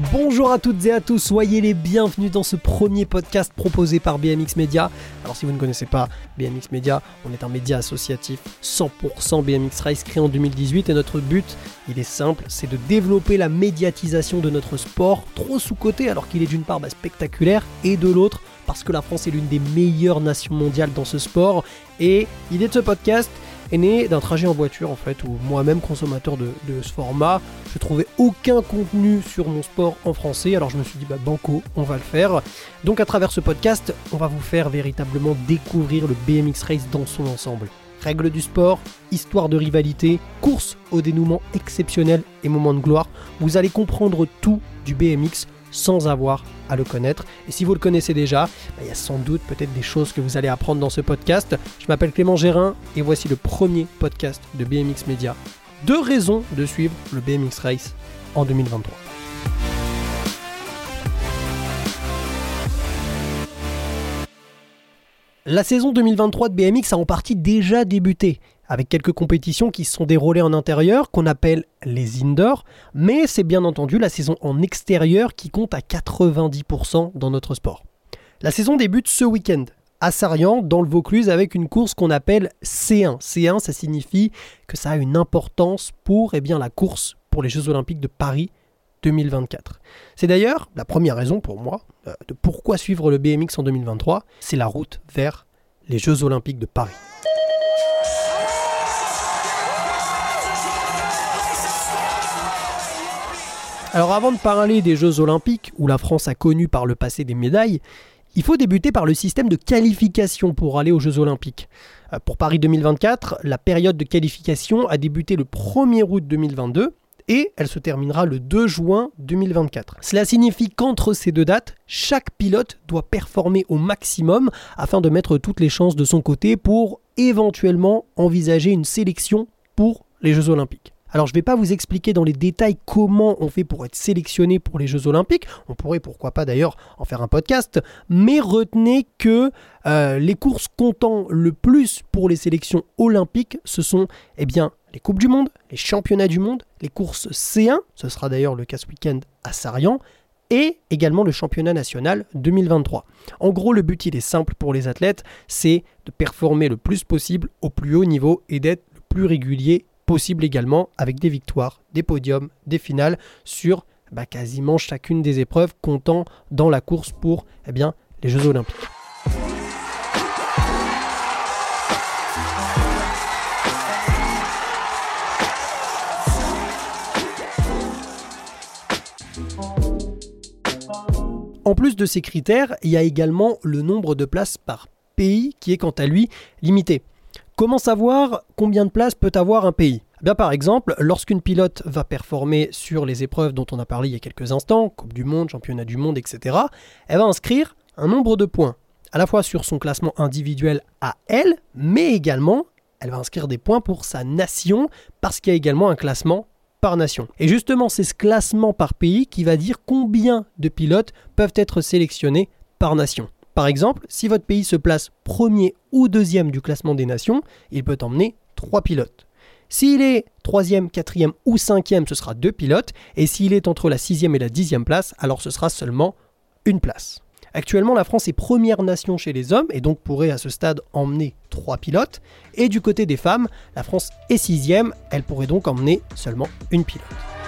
Bonjour à toutes et à tous, soyez les bienvenus dans ce premier podcast proposé par BMX Media. Alors si vous ne connaissez pas BMX Media, on est un média associatif 100% BMX Race créé en 2018 et notre but, il est simple, c'est de développer la médiatisation de notre sport, trop sous-coté alors qu'il est d'une part spectaculaire et de l'autre parce que la France est l'une des meilleures nations mondiales dans ce sport. Et l'idée de ce podcast est née d'un trajet en voiture en fait, où moi-même consommateur de ce format, je trouvais aucun contenu sur mon sport en français, alors je me suis dit banco, on va le faire. Donc à travers ce podcast, on va vous faire véritablement découvrir le BMX Race dans son ensemble. Règles du sport, histoire de rivalité, course au dénouement exceptionnel et moments de gloire, vous allez comprendre tout du BMX sans avoir à le connaître. Et si vous le connaissez déjà, il y a sans doute peut-être des choses que vous allez apprendre dans ce podcast. Je m'appelle Clément Gérin et voici le premier podcast de BMX Media. 2 raisons de suivre le BMX Race en 2023. La saison 2023 de BMX a en partie déjà débuté, avec quelques compétitions qui se sont déroulées en intérieur, qu'on appelle les indoors, mais c'est bien entendu la saison en extérieur qui compte à 90% dans notre sport. La saison débute ce week-end, à Sarrian, dans le Vaucluse, avec une course qu'on appelle C1. C1, ça signifie que ça a une importance pour la course pour les Jeux Olympiques de Paris 2024. C'est d'ailleurs la première raison pour moi de pourquoi suivre le BMX en 2023, c'est la route vers les Jeux Olympiques de Paris. Alors avant de parler des Jeux Olympiques, où la France a connu par le passé des médailles, il faut débuter par le système de qualification pour aller aux Jeux Olympiques. Pour Paris 2024, la période de qualification a débuté le 1er août 2022 et elle se terminera le 2 juin 2024. Cela signifie qu'entre ces deux dates, chaque pilote doit performer au maximum afin de mettre toutes les chances de son côté pour éventuellement envisager une sélection pour les Jeux Olympiques. Alors je ne vais pas vous expliquer dans les détails comment on fait pour être sélectionné pour les Jeux Olympiques, on pourrait pourquoi pas d'ailleurs en faire un podcast, mais retenez que les courses comptant le plus pour les sélections olympiques, ce sont les Coupes du Monde, les Championnats du Monde, les courses C1, ce sera d'ailleurs le cas ce week-end à Sarrian, et également le Championnat National 2023. En gros, le but il est simple pour les athlètes, c'est de performer le plus possible au plus haut niveau et d'être le plus régulier possible également avec des victoires, des podiums, des finales sur quasiment chacune des épreuves comptant dans la course pour les Jeux Olympiques. En plus de ces critères, il y a également le nombre de places par pays qui est quant à lui limité. Comment savoir combien de places peut avoir un pays ? Par exemple, lorsqu'une pilote va performer sur les épreuves dont on a parlé il y a quelques instants, Coupe du Monde, Championnat du Monde, etc., elle va inscrire un nombre de points, à la fois sur son classement individuel à elle, mais également, elle va inscrire des points pour sa nation, parce qu'il y a également un classement par nation. Et justement, c'est ce classement par pays qui va dire combien de pilotes peuvent être sélectionnés par nation. Par exemple, si votre pays se place premier ou deuxième du classement des nations, il peut emmener 3 pilotes. S'il est 3e, 4e ou 5e, ce sera 2 pilotes. Et s'il est entre la 6e et la 10e place, alors ce sera seulement 1 place. Actuellement, la France est première nation chez les hommes et donc pourrait à ce stade emmener 3 pilotes. Et du côté des femmes, la France est 6e, elle pourrait donc emmener seulement 1 pilote.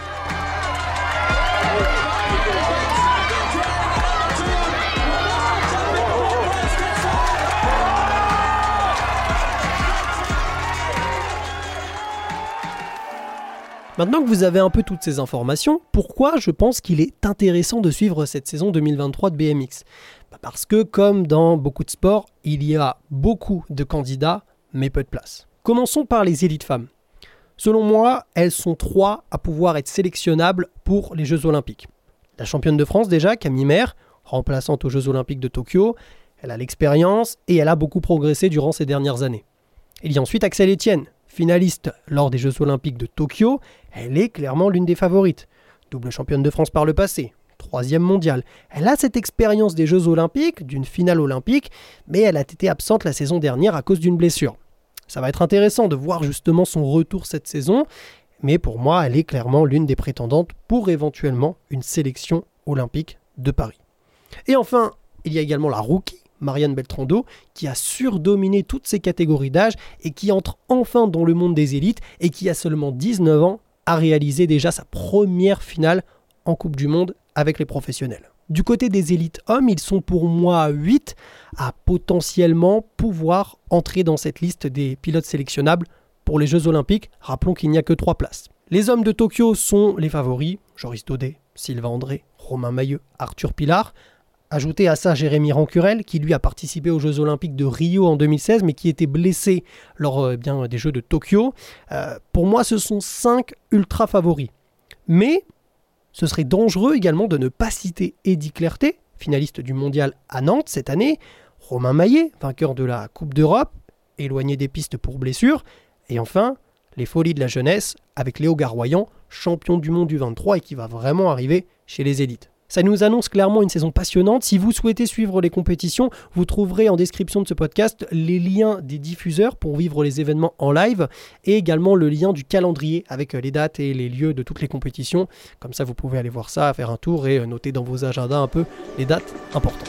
Maintenant que vous avez un peu toutes ces informations, pourquoi je pense qu'il est intéressant de suivre cette saison 2023 de BMX ? Parce que comme dans beaucoup de sports, il y a beaucoup de candidats, mais peu de place. Commençons par les élites femmes. Selon moi, elles sont 3 à pouvoir être sélectionnables pour les Jeux Olympiques. La championne de France déjà, Camille Maire, remplaçante aux Jeux Olympiques de Tokyo, elle a l'expérience et elle a beaucoup progressé durant ces dernières années. Il y a ensuite Axel Etienne, finaliste lors des Jeux Olympiques de Tokyo, elle est clairement l'une des favorites. Double championne de France par le passé, 3e mondiale. Elle a cette expérience des Jeux Olympiques, d'une finale olympique, mais elle a été absente la saison dernière à cause d'une blessure. Ça va être intéressant de voir justement son retour cette saison. mais pour moi, elle est clairement l'une des prétendantes pour éventuellement une sélection olympique de Paris. Et enfin, il y a également la rookie, Marianne Beltrando, qui a surdominé toutes ces catégories d'âge et qui entre enfin dans le monde des élites et qui a seulement 19 ans a réalisé déjà sa première finale en Coupe du Monde avec les professionnels. Du côté des élites hommes, ils sont pour moi 8 à potentiellement pouvoir entrer dans cette liste des pilotes sélectionnables pour les Jeux Olympiques. Rappelons qu'il n'y a que 3 places. Les hommes de Tokyo sont les favoris, Joris Daudet, Sylvain André, Romain Mailleux, Arthur Pilar. Ajoutez à ça Jérémy Rancurel, qui lui a participé aux Jeux Olympiques de Rio en 2016, mais qui était blessé lors des Jeux de Tokyo. Pour moi, ce sont 5 ultra favoris. Mais ce serait dangereux également de ne pas citer Eddy Clerté, finaliste du mondial à Nantes cette année, Romain Maillet, vainqueur de la Coupe d'Europe, éloigné des pistes pour blessure, et enfin, les folies de la jeunesse avec Léo Garoyan, champion du monde du 23 et qui va vraiment arriver chez les élites. Ça nous annonce clairement une saison passionnante. Si vous souhaitez suivre les compétitions, vous trouverez en description de ce podcast les liens des diffuseurs pour vivre les événements en live et également le lien du calendrier avec les dates et les lieux de toutes les compétitions. Comme ça, vous pouvez aller voir ça, faire un tour et noter dans vos agendas un peu les dates importantes.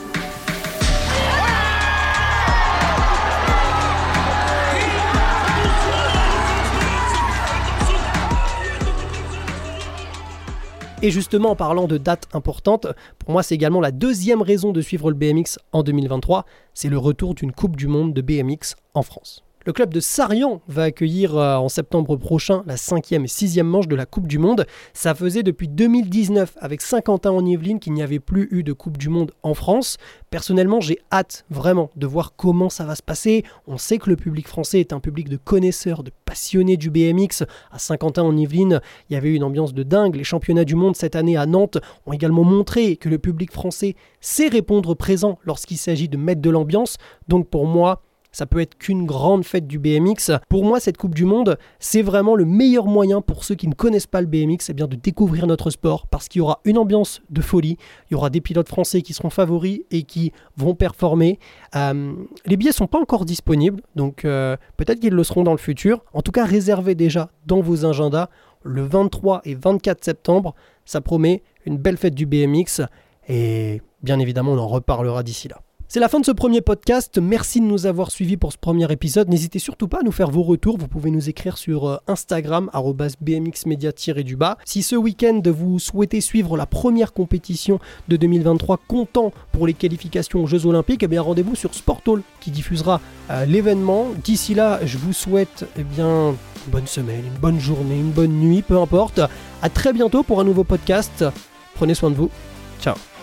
Et justement, en parlant de dates importantes, pour moi, c'est également la deuxième raison de suivre le BMX en 2023, c'est le retour d'une Coupe du Monde de BMX en France. Le club de Sarrian va accueillir en septembre prochain la 5e et 6e manche de la Coupe du Monde. Ça faisait depuis 2019 avec Saint-Quentin-en-Yvelines qu'il n'y avait plus eu de Coupe du Monde en France. Personnellement, j'ai hâte vraiment de voir comment ça va se passer. On sait que le public français est un public de connaisseurs, de passionnés du BMX. À Saint-Quentin-en-Yvelines, il y avait eu une ambiance de dingue. Les championnats du monde cette année à Nantes ont également montré que le public français sait répondre présent lorsqu'il s'agit de mettre de l'ambiance. Donc pour moi, ça peut être qu'une grande fête du BMX. Pour moi, cette Coupe du Monde, c'est vraiment le meilleur moyen pour ceux qui ne connaissent pas le BMX, de découvrir notre sport parce qu'il y aura une ambiance de folie. Il y aura des pilotes français qui seront favoris et qui vont performer. Les billets ne sont pas encore disponibles, donc peut-être qu'ils le seront dans le futur. En tout cas, réservez déjà dans vos agendas le 23 et 24 septembre. Ça promet une belle fête du BMX et bien évidemment, on en reparlera d'ici là. C'est la fin de ce premier podcast. Merci de nous avoir suivis pour ce premier épisode. N'hésitez surtout pas à nous faire vos retours. Vous pouvez nous écrire sur Instagram, @bmxmedia_. Si ce week-end, vous souhaitez suivre la première compétition de 2023 comptant pour les qualifications aux Jeux Olympiques, rendez-vous sur Sportall qui diffusera l'événement. D'ici là, je vous souhaite une bonne semaine, une bonne journée, une bonne nuit, peu importe. À très bientôt pour un nouveau podcast. Prenez soin de vous. Ciao.